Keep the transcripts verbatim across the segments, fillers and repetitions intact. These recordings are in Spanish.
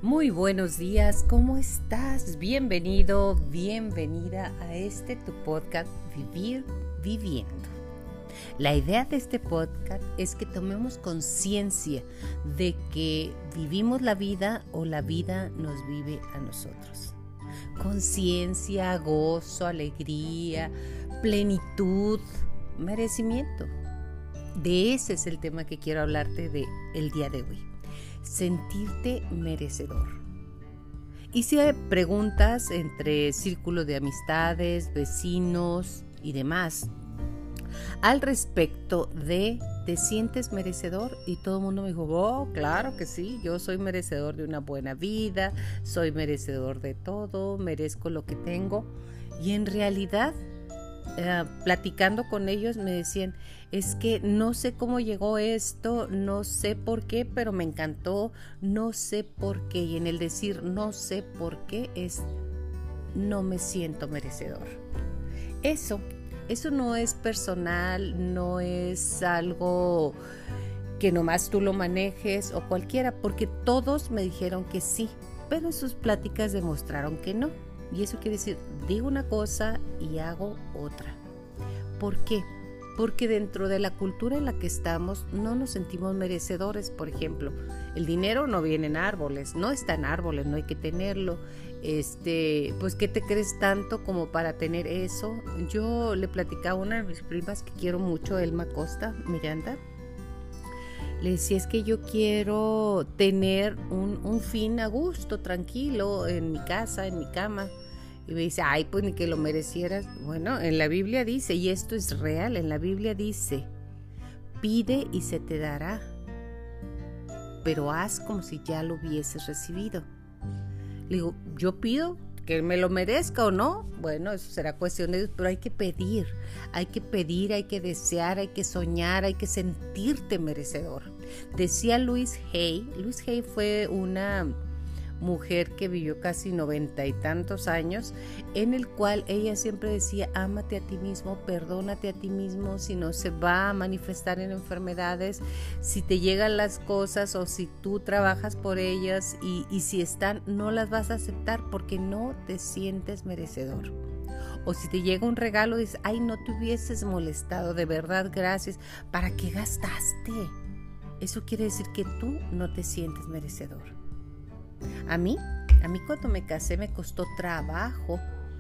Muy buenos días, ¿cómo estás? Bienvenido, bienvenida a este tu podcast Vivir Viviendo. La idea de este podcast es que tomemos conciencia de que vivimos la vida o la vida nos vive a nosotros. Conciencia, gozo, alegría, plenitud, merecimiento. De ese es el tema que quiero hablarte de el día de hoy. Sentirte merecedor. Hice preguntas entre círculo de amistades, vecinos y demás al respecto de ¿te sientes merecedor? Y todo el mundo me dijo, oh, claro que sí, yo soy merecedor de una buena vida, soy merecedor de todo, merezco lo que tengo. Y en realidad, eh, platicando con ellos me decían, es que no sé cómo llegó esto, no sé por qué, pero me encantó, no sé por qué. Y en el decir no sé por qué es no me siento merecedor. Eso, eso no es personal, no es algo que nomás tú lo manejes o cualquiera, porque todos me dijeron que sí, pero en sus pláticas demostraron que no. Y eso quiere decir, digo una cosa y hago otra. ¿Por qué? Porque dentro de la cultura en la que estamos no nos sentimos merecedores. Por ejemplo, el dinero no viene en árboles, no está en árboles, no hay que tenerlo. Este, pues ¿qué te crees tanto como para tener eso? Yo le platicaba a una de mis primas que quiero mucho, Elma Costa, Miranda. Le decía, es que yo quiero tener un, un fin a gusto, tranquilo, en mi casa, en mi cama. Y me dice, ay, pues ni que lo merecieras. Bueno, en la Biblia dice, y esto es real, en la Biblia dice, pide y se te dará, pero haz como si ya lo hubieses recibido. Le digo, yo pido que me lo merezca o no. Bueno, eso será cuestión de Dios, pero hay que pedir, hay que pedir, hay que desear, hay que soñar, hay que sentirte merecedor. Decía Louise Hay, Louise Hay fue una mujer que vivió casi noventa y tantos años, en el cual ella siempre decía, ámate a ti mismo, perdónate a ti mismo, si no se va a manifestar en enfermedades, si te llegan las cosas o si tú trabajas por ellas y, y si están, no las vas a aceptar porque no te sientes merecedor. O si te llega un regalo, dices, ay, no te hubieses molestado, de verdad, gracias, ¿para qué gastaste? Eso quiere decir que tú no te sientes merecedor. A mí, a mí cuando me casé me costó trabajo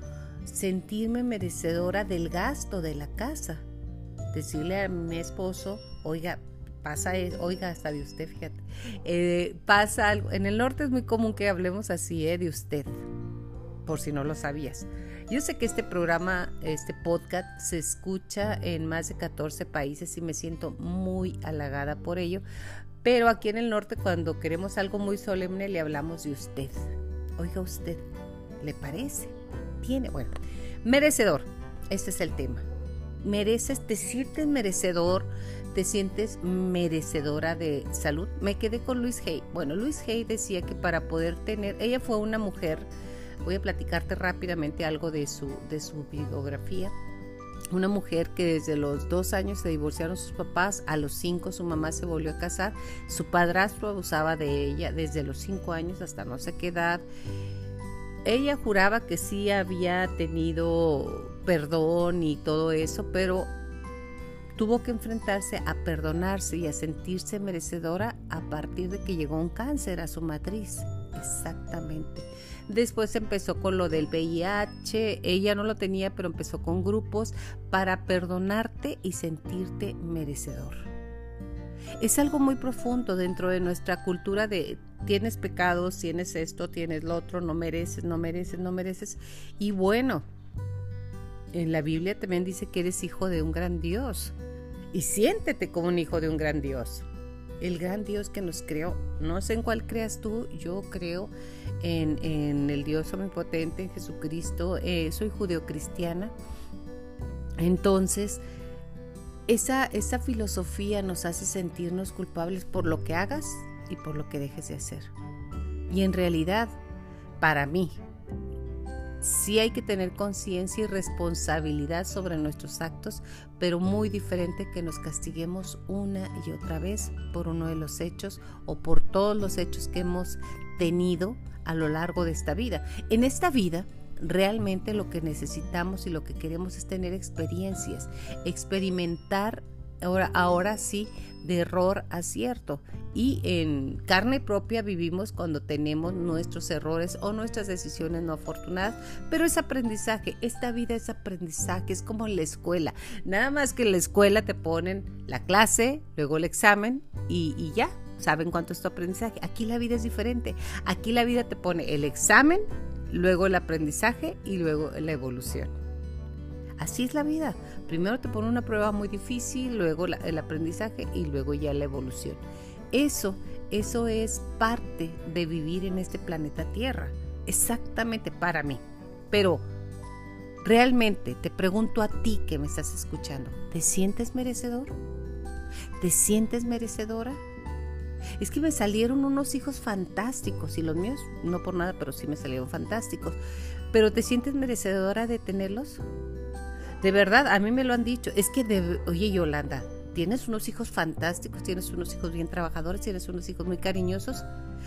sentirme merecedora del gasto de la casa. Decirle a mi esposo, oiga, pasa, oiga, hasta de usted, fíjate, eh, pasa algo. En el norte es muy común que hablemos así, eh, de usted, por si no lo sabías. Yo sé que este programa, este podcast, se escucha en más de catorce países y me siento muy halagada por ello. Pero aquí en el norte, cuando queremos algo muy solemne, le hablamos de usted. Oiga usted, ¿le parece? Tiene, bueno, merecedor, este es el tema. Mereces, te sientes merecedor, te sientes merecedora de salud. Me quedé con Louise Hay. Bueno, Louise Hay decía que para poder tener, ella fue una mujer, voy a platicarte rápidamente algo de su, de su biografía. Una mujer que desde los dos años se divorciaron sus papás, a los cinco su mamá se volvió a casar, su padrastro abusaba de ella desde los cinco años hasta no sé qué edad. Ella juraba que sí había tenido perdón y todo eso, pero tuvo que enfrentarse a perdonarse y a sentirse merecedora a partir de que llegó un cáncer a su matriz. Exactamente. Después empezó con lo del V I H, ella no lo tenía, pero empezó con grupos para perdonarte y sentirte merecedor. Es algo muy profundo dentro de nuestra cultura de tienes pecados, tienes esto, tienes lo otro, no mereces, no mereces, no mereces. Y bueno, en la Biblia también dice que eres hijo de un gran Dios y siéntete como un hijo de un gran Dios. El gran Dios que nos creó. No sé en cuál creas tú, yo creo en, en el Dios omnipotente, en Jesucristo. Eh, soy judeocristiana. Entonces, esa, esa filosofía nos hace sentirnos culpables por lo que hagas y por lo que dejes de hacer. Y en realidad, para mí, Sí hay que tener conciencia y responsabilidad sobre nuestros actos, pero muy diferente que nos castiguemos una y otra vez por uno de los hechos o por todos los hechos que hemos tenido a lo largo de esta vida. En esta vida, realmente lo que necesitamos y lo que queremos es tener experiencias, experimentar ahora, ahora sí, de error a acierto. Y en carne propia vivimos cuando tenemos nuestros errores o nuestras decisiones no afortunadas, pero es aprendizaje. Esta vida es aprendizaje, es como en la escuela. Nada más que en la escuela te ponen la clase, luego el examen y, y ya, saben cuánto es tu aprendizaje. Aquí la vida es diferente. Aquí la vida te pone el examen, luego el aprendizaje y luego la evolución. Así es la vida. Primero te pone una prueba muy difícil, luego la, el aprendizaje y luego ya la evolución. Eso, eso es parte de vivir en este planeta Tierra. Exactamente para mí. Pero realmente te pregunto a ti que me estás escuchando, ¿te sientes merecedor? ¿Te sientes merecedora? Es que me salieron unos hijos fantásticos y los míos, no por nada, pero sí me salieron fantásticos. ¿Pero te sientes merecedora de tenerlos? De verdad, a mí me lo han dicho. Es que, de, oye, Yolanda, tienes unos hijos fantásticos, tienes unos hijos bien trabajadores, tienes unos hijos muy cariñosos,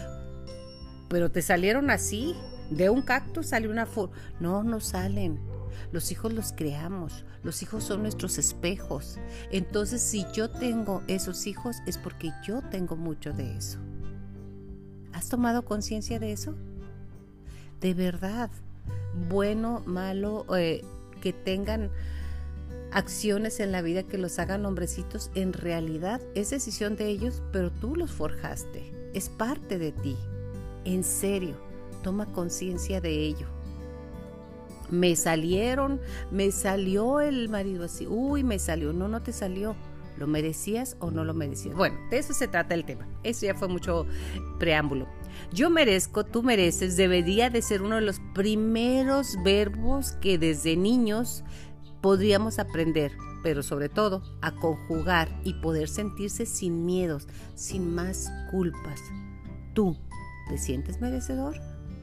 pero te salieron así, de un cactus sale una flor. No, no salen. Los hijos los creamos, los hijos son nuestros espejos. Entonces, si yo tengo esos hijos, es porque yo tengo mucho de eso. ¿Has tomado conciencia de eso? De verdad, bueno, malo, eh, que tengan acciones en la vida que los hagan hombrecitos, en realidad es decisión de ellos, pero tú los forjaste, es parte de ti. En serio, toma conciencia de ello. Me salieron, me salió el marido así, uy, me salió, no, no te salió, ¿lo merecías o no lo merecías? Bueno, de eso se trata el tema, eso ya fue mucho preámbulo. Yo merezco, tú mereces, debería de ser uno de los primeros verbos que desde niños podríamos aprender, pero sobre todo a conjugar y poder sentirse sin miedos, sin más culpas. ¿Tú te sientes merecedor?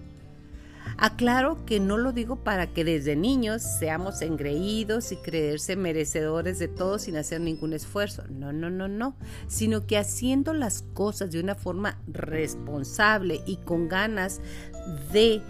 Aclaro que no lo digo para que desde niños seamos engreídos y creerse merecedores de todo sin hacer ningún esfuerzo. No, no, no, no. Sino que haciendo las cosas de una forma responsable y con ganas de,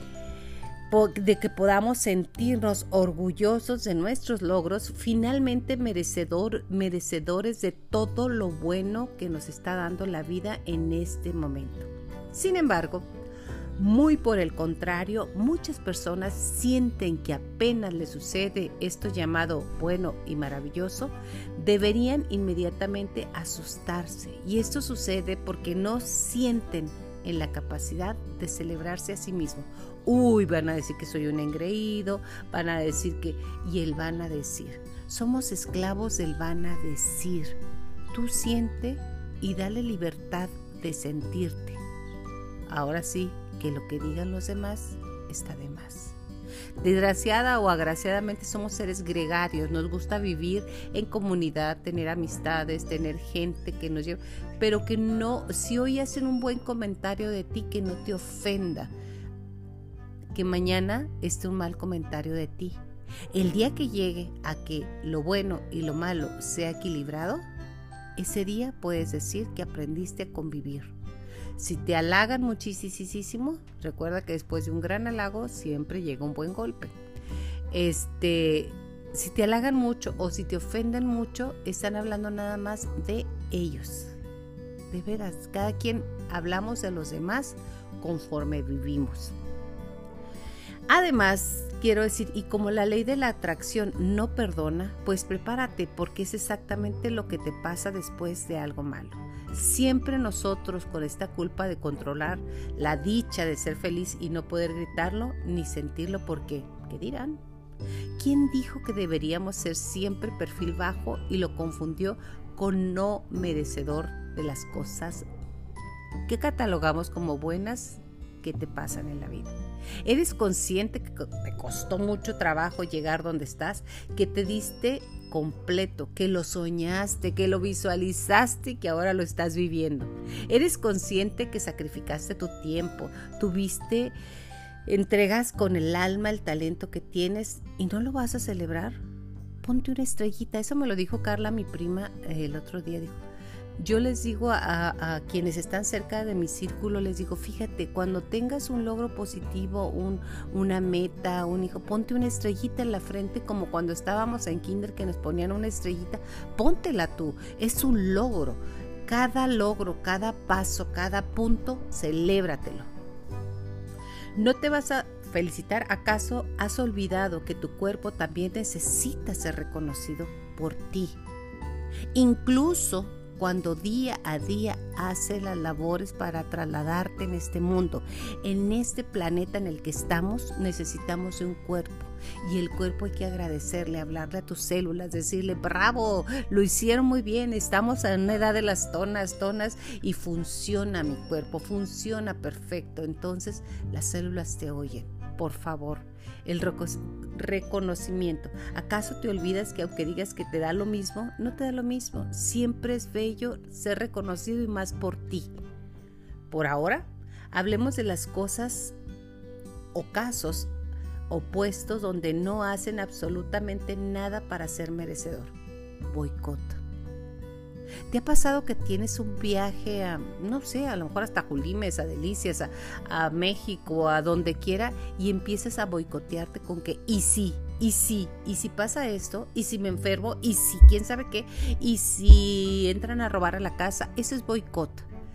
de que podamos sentirnos orgullosos de nuestros logros, finalmente merecedor, merecedores de todo lo bueno que nos está dando la vida en este momento. Sin embargo, muy por el contrario, muchas personas sienten que apenas les sucede esto llamado bueno y maravilloso, deberían inmediatamente asustarse. Y esto sucede porque no sienten en la capacidad de celebrarse a sí mismo. Uy, van a decir que soy un engreído, van a decir que... Y el van a decir. Somos esclavos del van a decir. Tú siente y dale libertad de sentirte. Ahora sí, que lo que digan los demás está de más. Desgraciada o agraciadamente somos seres gregarios, nos gusta vivir en comunidad, tener amistades, tener gente que nos lleva, pero que no, si hoy hacen un buen comentario de ti, que no te ofenda, que mañana esté un mal comentario de ti. El día que llegue a que lo bueno y lo malo sea equilibrado, ese día puedes decir que aprendiste a convivir. Si te halagan muchísimo, recuerda que después de un gran halago siempre llega un buen golpe. Este, si te halagan mucho o si te ofenden mucho, están hablando nada más de ellos. De veras, cada quien hablamos de los demás conforme vivimos. Además, quiero decir, y como la ley de la atracción no perdona, pues prepárate porque es exactamente lo que te pasa después de algo malo. Siempre nosotros con esta culpa de controlar la dicha de ser feliz y no poder gritarlo ni sentirlo porque, ¿qué dirán? ¿Quién dijo que deberíamos ser siempre perfil bajo y lo confundió con no merecedor de las cosas que catalogamos como buenas que te pasan en la vida? ¿Eres consciente que te costó mucho trabajo llegar donde estás, que te diste completo, que lo soñaste, que lo visualizaste y que ahora lo estás viviendo? ¿Eres consciente que sacrificaste tu tiempo, tuviste entregas con el alma el talento que tienes y no lo vas a celebrar, ponte una estrellita. Eso me lo dijo Carla, mi prima, el otro día. Dijo, yo les digo a, a quienes están cerca de mi círculo, les digo, fíjate, cuando tengas un logro positivo, un, una meta, un hijo, ponte una estrellita en la frente, como cuando estábamos en kinder que nos ponían una estrellita, póntela tú, es un logro. Cada logro, cada paso, cada punto, celébratelo. No te vas a felicitar, ¿acaso has olvidado que tu cuerpo también necesita ser reconocido por ti? Incluso cuando día a día hace las labores para trasladarte en este mundo, en este planeta en el que estamos, necesitamos de un cuerpo. Y el cuerpo hay que agradecerle, hablarle a tus células, decirle, bravo, lo hicieron muy bien, estamos en una edad de las tonas, tonas, y funciona mi cuerpo, funciona perfecto. Entonces las células te oyen, por favor. El reconocimiento. ¿Acaso te olvidas que aunque digas que te da lo mismo, no te da lo mismo? Siempre es bello ser reconocido y más por ti. Por ahora, hablemos de las cosas o casos opuestos donde no hacen absolutamente nada para ser merecedor. Boicot. ¿Te ha pasado que tienes un viaje a, no sé, a lo mejor hasta Julimes, a Delicias, a, a México, a donde quiera, y empiezas a boicotearte con que, y sí, y sí, y si pasa esto, y si me enfermo, y si quién sabe qué, y si entran a robar a la casa? Eso es boicot.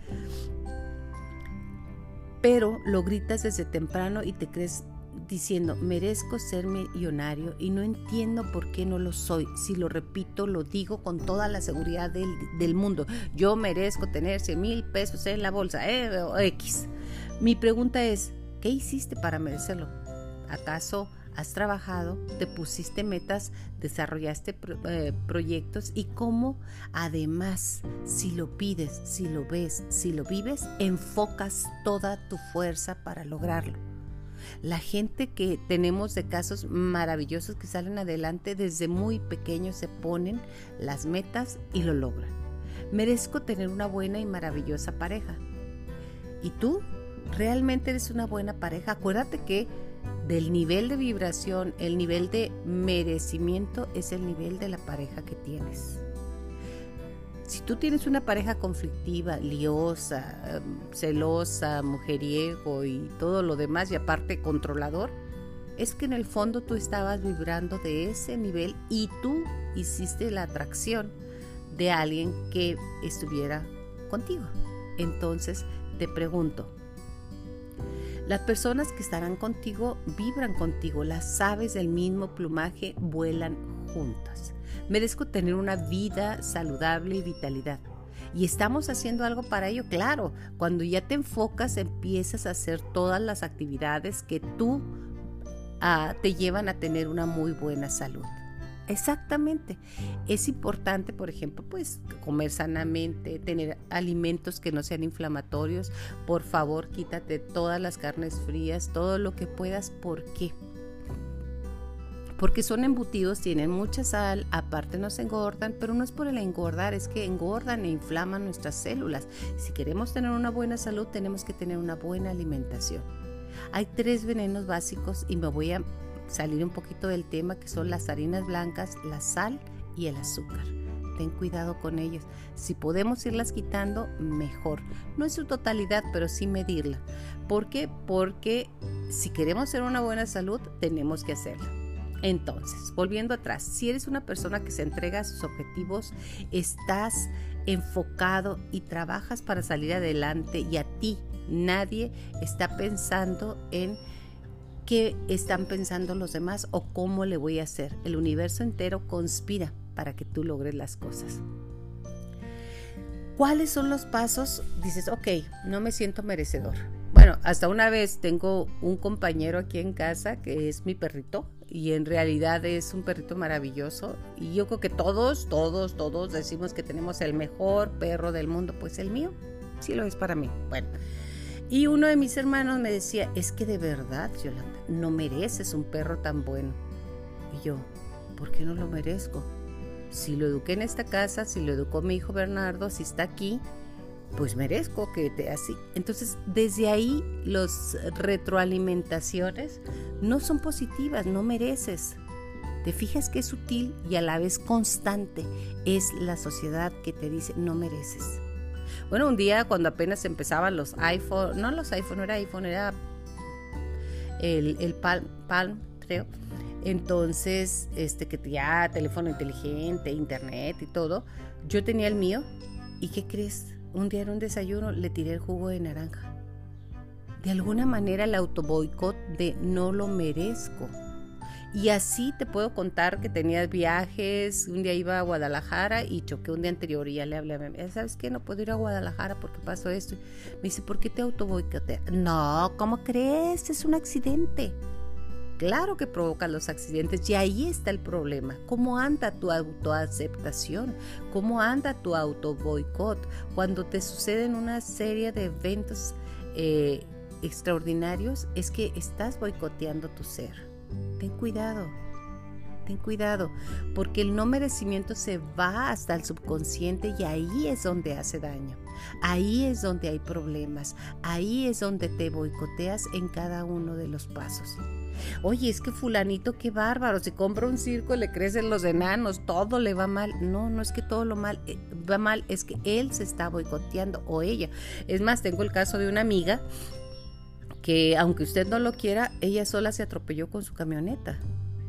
Pero lo gritas desde temprano y te crees diciendo, merezco ser millonario y no entiendo por qué no lo soy. Si lo repito, lo digo con toda la seguridad del, del mundo. Yo merezco tener cien mil pesos en la bolsa, eh, o X. Mi pregunta es, ¿qué hiciste para merecerlo? ¿Acaso has trabajado, te pusiste metas, desarrollaste pro, eh, proyectos? Y cómo además, si lo pides, si lo ves, si lo vives, enfocas toda tu fuerza para lograrlo. La gente que tenemos de casos maravillosos que salen adelante desde muy pequeños se ponen las metas y lo logran. Merezco tener una buena y maravillosa pareja. ¿Y tú? ¿Realmente eres una buena pareja? Acuérdate que del nivel de vibración, el nivel de merecimiento es el nivel de la pareja que tienes. Si tú tienes una pareja conflictiva, liosa, celosa, mujeriego y todo lo demás, y aparte controlador, es que en el fondo tú estabas vibrando de ese nivel y tú hiciste la atracción de alguien que estuviera contigo. Entonces te pregunto, las personas que estarán contigo vibran contigo, las aves del mismo plumaje vuelan juntas. Merezco tener una vida saludable y vitalidad. ¿Y estamos haciendo algo para ello? Claro, cuando ya te enfocas, empiezas a hacer todas las actividades que tú uh, te llevan a tener una muy buena salud. Exactamente. Es importante, por ejemplo, pues comer sanamente, tener alimentos que no sean inflamatorios. Por favor, quítate todas las carnes frías, todo lo que puedas. ¿Por qué? Porque son embutidos, tienen mucha sal, aparte nos engordan, pero no es por el engordar, es que engordan e inflaman nuestras células. Si queremos tener una buena salud, tenemos que tener una buena alimentación. Hay tres venenos básicos y me voy a salir un poquito del tema, que son las harinas blancas, la sal y el azúcar. Ten cuidado con ellos. Si podemos irlas quitando, mejor. No en su totalidad, pero sí medirla. ¿Por qué? Porque si queremos tener una buena salud, tenemos que hacerla. Entonces, volviendo atrás, si eres una persona que se entrega a sus objetivos, estás enfocado y trabajas para salir adelante, y a ti nadie está pensando en qué están pensando los demás o cómo le voy a hacer. El universo entero conspira para que tú logres las cosas. ¿Cuáles son los pasos? Dices, ok, no me siento merecedor. Bueno, hasta una vez tengo un compañero aquí en casa que es mi perrito, y en realidad es un perrito maravilloso, y yo creo que todos, todos, todos decimos que tenemos el mejor perro del mundo. Pues el mío sí lo es para mí. Bueno, y uno de mis hermanos me decía, es que de verdad, Yolanda, no mereces un perro tan bueno. Y yo, ¿por qué no lo merezco? Si lo eduqué en esta casa, si lo educó mi hijo Bernardo, si está aquí, pues merezco que te así. Entonces, desde ahí las retroalimentaciones no son positivas, no mereces. Te fijas que es sutil y a la vez constante. Es la sociedad que te dice no mereces. Bueno, un día cuando apenas empezaban los iPhone, no los iPhone, no era iPhone, era el, el Palm, Palm, creo. Entonces, este que ya teléfono inteligente, internet y todo, yo tenía el mío. ¿Y qué crees? Un día en un desayuno le tiré el jugo de naranja. De alguna manera el autoboicot de no lo merezco. Y así te puedo contar que tenía viajes. Un día iba a Guadalajara y choqué un día anterior y ya le hablé a mi, ¿sabes qué? No puedo ir a Guadalajara porque pasó esto. Me dice, ¿por qué te autoboicoteas? No, ¿cómo crees? Es un accidente. Claro que provoca los accidentes y ahí está el problema. ¿Cómo anda tu autoaceptación? ¿Cómo anda tu autoboicot? Cuando te suceden una serie de eventos eh, extraordinarios, es que estás boicoteando tu ser. Ten cuidado, ten cuidado, porque el no merecimiento se va hasta el subconsciente y ahí es donde hace daño. Ahí es donde hay problemas. Ahí es donde te boicoteas en cada uno de los pasos. Oye, es que fulanito, qué bárbaro, si compra un circo le crecen los enanos, todo le va mal. No, no es que todo lo mal eh, va mal, es que él se está boicoteando o ella. Es más, tengo el caso de una amiga que aunque usted no lo quiera, ella sola se atropelló con su camioneta.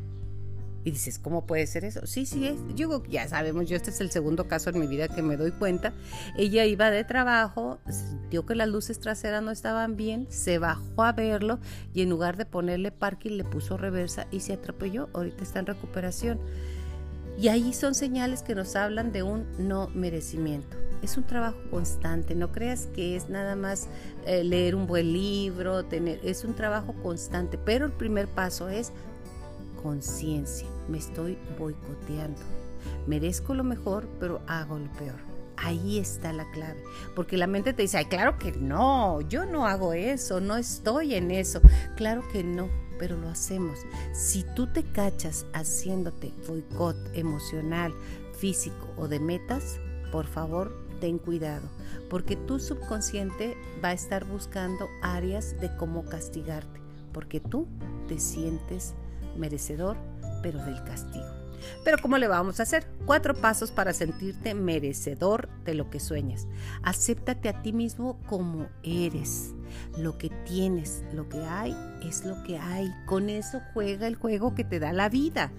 Y dices, ¿cómo puede ser eso? Sí, sí, es. Yo ya sabemos, yo este es el segundo caso en mi vida que me doy cuenta. Ella iba de trabajo, sintió que las luces traseras no estaban bien, se bajó a verlo y en lugar de ponerle parking le puso reversa y se atropelló. Ahorita está en recuperación. Y ahí son señales que nos hablan de un no merecimiento. Es un trabajo constante, no creas que es nada más eh, leer un buen libro, tener, es un trabajo constante, pero el primer paso es conciencia. Me estoy boicoteando. Merezco lo mejor, pero hago lo peor. Ahí está la clave. Porque la mente te dice, ay, claro que no, yo no hago eso, no estoy en eso. Claro que no, pero lo hacemos. Si tú te cachas haciéndote boicot emocional, físico o de metas, por favor, ten cuidado. Porque tu subconsciente va a estar buscando áreas de cómo castigarte. Porque tú te sientes merecedor, pero del castigo. Pero ¿cómo le vamos a hacer? Cuatro pasos para sentirte merecedor de lo que sueñas. Acéptate a ti mismo como eres. Lo que tienes, lo que hay, es lo que hay. Con eso juega el juego que te da la vida.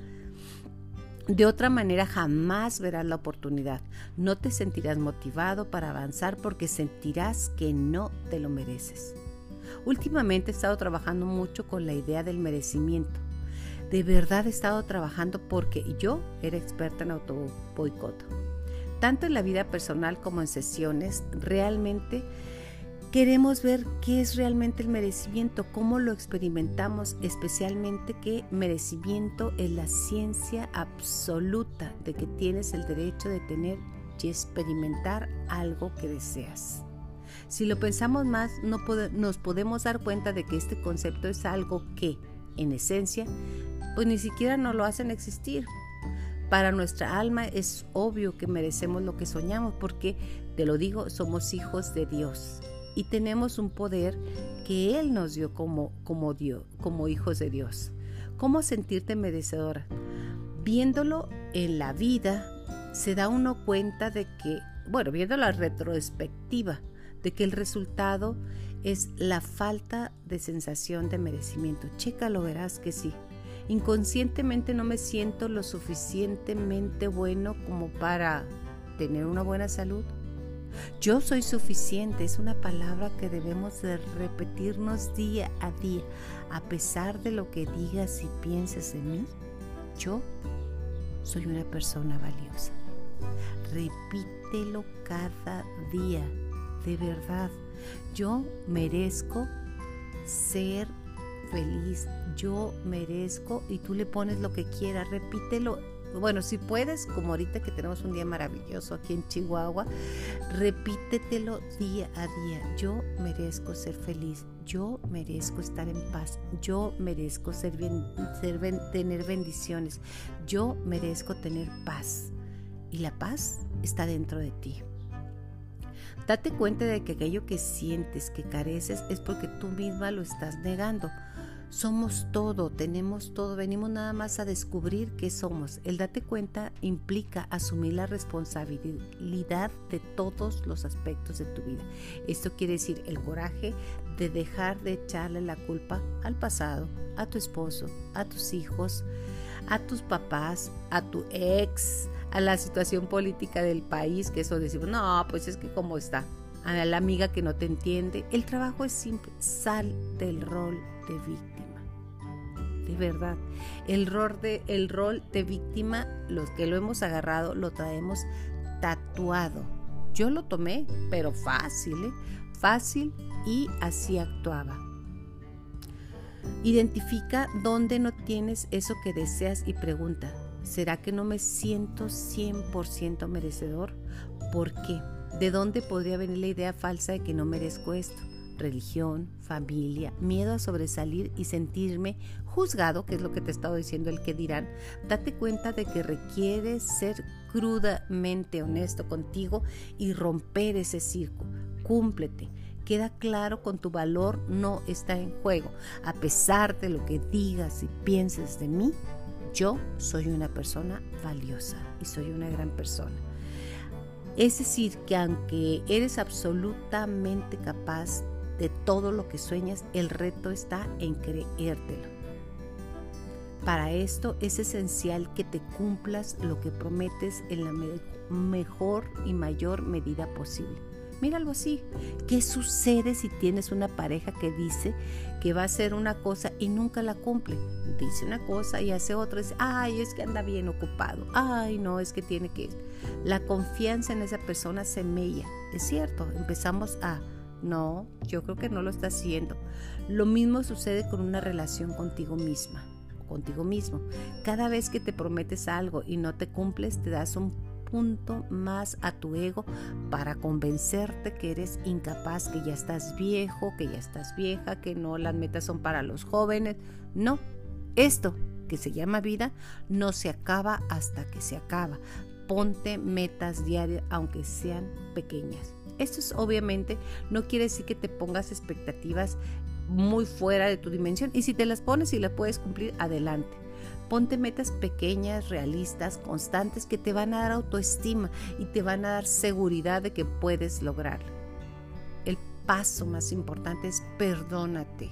De otra manera jamás verás la oportunidad. No te sentirás motivado para avanzar porque sentirás que no te lo mereces. Últimamente he estado trabajando mucho con la idea del merecimiento. De verdad he estado trabajando porque yo era experta en autoboicot. Tanto en la vida personal como en sesiones, realmente queremos ver qué es realmente el merecimiento, cómo lo experimentamos, especialmente que merecimiento es la ciencia absoluta de que tienes el derecho de tener y experimentar algo que deseas. Si lo pensamos más, no pod- nos podemos dar cuenta de que este concepto es algo que, en esencia, pues ni siquiera nos lo hacen existir. Para nuestra alma es obvio que merecemos lo que soñamos porque, te lo digo, somos hijos de Dios y tenemos un poder que Él nos dio como, como, Dios, como hijos de Dios. ¿Cómo sentirte merecedora? Viéndolo en la vida, se da uno cuenta de que, bueno, viendo la retrospectiva, de que el resultado es la falta de sensación de merecimiento. Chécalo, verás que sí. Inconscientemente no me siento lo suficientemente bueno como para tener una buena salud. Yo soy suficiente, es una palabra que debemos de repetirnos día a día. A pesar de lo que digas y pienses de mí, yo soy una persona valiosa. Repítelo cada día, de verdad. Yo merezco ser feliz, yo merezco, y tú le pones lo que quieras, repítelo. Bueno, si puedes, como ahorita que tenemos un día maravilloso aquí en Chihuahua, repítetelo día a día. Yo merezco ser feliz, yo merezco estar en paz, yo merezco ser bien, ser ben, tener bendiciones, yo merezco tener paz. Y la paz está dentro de ti. Date cuenta de que aquello que sientes que careces es porque tú misma lo estás negando. Somos todo, tenemos todo, venimos nada más a descubrir qué somos. El date cuenta implica asumir la responsabilidad de todos los aspectos de tu vida. Esto quiere decir el coraje de dejar de echarle la culpa al pasado, a tu esposo, a tus hijos, a tus papás, a tu ex, a la situación política del país, que eso decimos, no, pues es que cómo está, a la amiga que no te entiende. El trabajo es simple, sal del rol de víctima. De verdad, el rol de, el rol de víctima, los que lo hemos agarrado, lo traemos tatuado. Yo lo tomé, pero fácil, ¿eh? Fácil, y así actuaba. Identifica dónde no tienes eso que deseas y pregunta, ¿será que no me siento cien por ciento merecedor? ¿Por qué? ¿De dónde podría venir la idea falsa de que no merezco esto? Religión, familia, miedo a sobresalir y sentirme juzgado, que es lo que te he estado diciendo, el que dirán. Date cuenta de que requieres ser crudamente honesto contigo y romper ese circo. Cúmplete. Queda claro, con tu valor no está en juego. A pesar de lo que digas y pienses de mí, yo soy una persona valiosa y soy una gran persona. Es decir, que aunque eres absolutamente capaz de todo lo que sueñas, el reto está en creértelo. Para esto es esencial que te cumplas lo que prometes en la me- mejor y mayor medida posible. Míralo así. ¿Qué sucede si tienes una pareja que dice que va a hacer una cosa y nunca la cumple? Dice una cosa y hace otra. Dice, ay, es que anda bien ocupado. Ay, no, es que tiene que... La confianza en esa persona se mella. Es cierto, empezamos a... No, yo creo que no lo está haciendo. Lo mismo sucede con una relación contigo misma, contigo mismo. Cada vez que te prometes algo y no te cumples, te das un punto más a tu ego para convencerte que eres incapaz, que ya estás viejo, que ya estás vieja, que no, las metas son para los jóvenes. No, esto que se llama vida no se acaba hasta que se acaba. Ponte metas diarias, aunque sean pequeñas. Esto es, obviamente no quiere decir que te pongas expectativas muy fuera de tu dimensión, y si te las pones y las puedes cumplir, adelante. Ponte metas pequeñas, realistas, constantes, que te van a dar autoestima y te van a dar seguridad de que puedes lograrlo. El paso más importante es perdónate.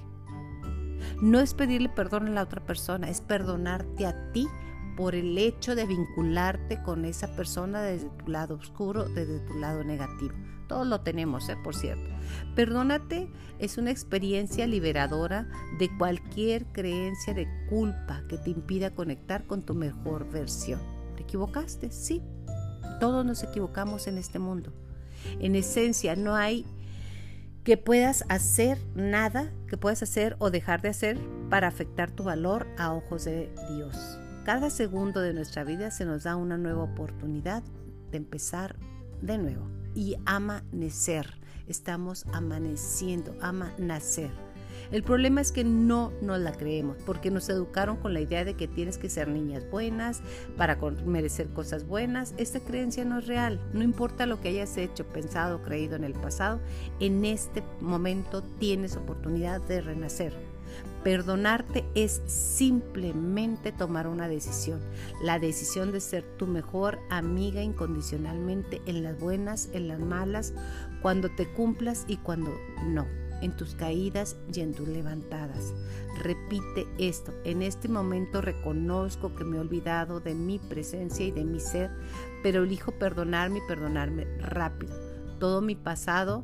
No es pedirle perdón a la otra persona, es perdonarte a ti por el hecho de vincularte con esa persona desde tu lado oscuro, desde tu lado negativo. Todos lo tenemos, ¿eh? Por cierto. Perdónate es una experiencia liberadora de cualquier creencia de culpa que te impida conectar con tu mejor versión. ¿Te equivocaste? Sí. Todos nos equivocamos en este mundo. En esencia, no hay que puedas hacer nada, que puedas hacer o dejar de hacer para afectar tu valor a ojos de Dios. Cada segundo de nuestra vida se nos da una nueva oportunidad de empezar de nuevo. Y amanecer, estamos amaneciendo, ama nacer. El problema es que no nos la creemos, porque nos educaron con la idea de que tienes que ser niñas buenas para merecer cosas buenas. Esta creencia no es real. No importa lo que hayas hecho, pensado, creído en el pasado, en este momento tienes oportunidad de renacer. Perdonarte es simplemente tomar una decisión, la decisión de ser tu mejor amiga incondicionalmente, en las buenas, en las malas, cuando te cumplas y cuando no, en tus caídas y en tus levantadas. Repite esto: en este momento reconozco que me he olvidado de mi presencia y de mi ser, pero elijo perdonarme y perdonarme rápido. Todo mi pasado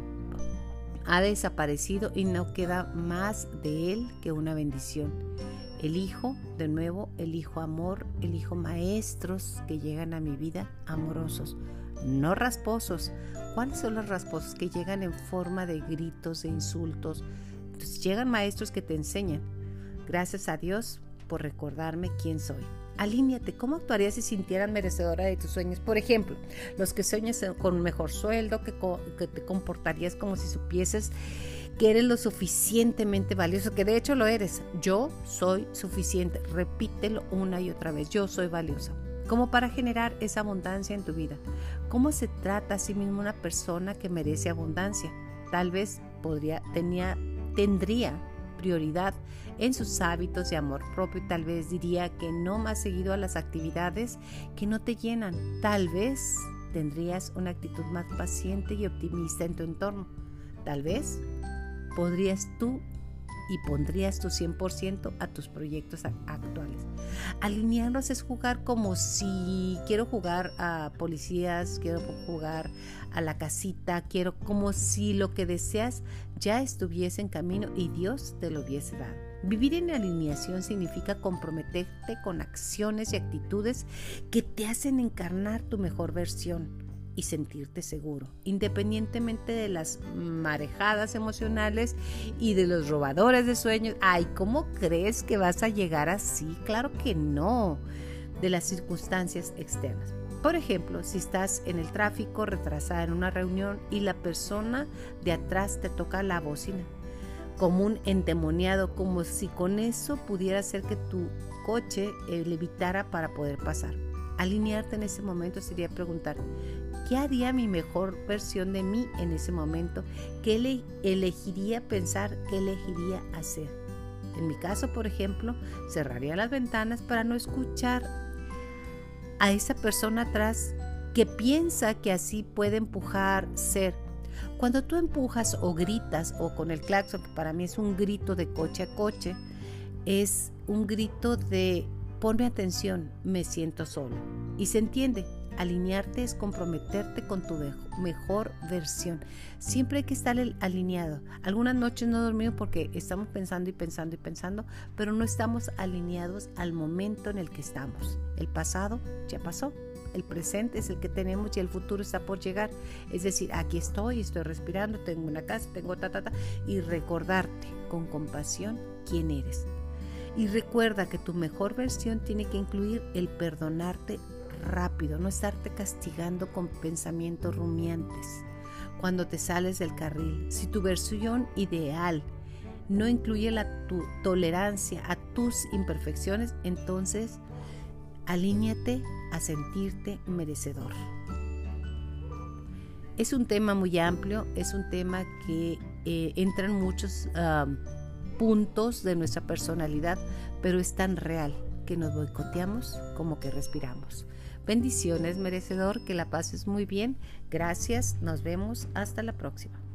ha desaparecido y no queda más de él que una bendición. Elijo, de nuevo, elijo amor, elijo maestros que llegan a mi vida amorosos, no rasposos. ¿Cuáles son los rasposos? Que llegan en forma de gritos, de insultos. Entonces llegan maestros que te enseñan. Gracias a Dios por recordarme quién soy. Alíñate. ¿Cómo actuarías si sintieras merecedora de tus sueños? Por ejemplo, los que sueñas con un mejor sueldo, que, co- que te comportarías como si supieses que eres lo suficientemente valioso, que de hecho lo eres. Yo soy suficiente. Repítelo una y otra vez. Yo soy valiosa. como para generar esa abundancia en tu vida. ¿Cómo se trata a sí mismo una persona que merece abundancia? Tal vez podría, tenía, tendría prioridad en sus hábitos de amor propio y tal vez diría que no más seguido a las actividades que no te llenan. Tal vez tendrías una actitud más paciente y optimista en tu entorno. Tal vez podrías tú y pondrías tu cien por ciento a tus proyectos actuales. Alinearlos es jugar como si quiero jugar a policías, quiero jugar a la casita, quiero como si lo que deseas ya estuviese en camino y Dios te lo hubiese dado. Vivir en alineación significa comprometerte con acciones y actitudes que te hacen encarnar tu mejor versión y sentirte seguro, independientemente de las marejadas emocionales y de los robadores de sueños. Ay, ¿cómo crees que vas a llegar así? Claro que no, de las circunstancias externas. Por ejemplo, si estás en el tráfico, retrasada en una reunión y la persona de atrás te toca la bocina, como un endemoniado, como si con eso pudiera hacer que tu coche eh, levitara para poder pasar. Alinearte en ese momento sería preguntar, ¿qué haría mi mejor versión de mí en ese momento? ¿Qué le elegiría pensar? ¿Qué elegiría hacer? En mi caso, por ejemplo, cerraría las ventanas para no escuchar a esa persona atrás que piensa que así puede empujar ser. Cuando tú empujas o gritas o con el claxon, que para mí es un grito de coche a coche, es un grito de ponme atención, me siento solo. Y se entiende, alinearte es comprometerte con tu mejor versión. Siempre hay que estar alineado. Algunas noches no dormimos porque estamos pensando y pensando y pensando, pero no estamos alineados al momento en el que estamos. El pasado ya pasó. El presente es el que tenemos y el futuro está por llegar. Es decir, aquí estoy, estoy respirando, tengo una casa, tengo ta, ta, ta, y recordarte con compasión quién eres. Y recuerda que tu mejor versión tiene que incluir el perdonarte rápido, no estarte castigando con pensamientos rumiantes cuando te sales del carril. Si tu versión ideal no incluye la tu tolerancia a tus imperfecciones, entonces alíñate a sentirte merecedor. Es un tema muy amplio, es un tema que eh, entra en muchos uh, puntos de nuestra personalidad, pero es tan real que nos boicoteamos como que respiramos. Bendiciones, merecedor, que la pases muy bien. Gracias, nos vemos, hasta la próxima.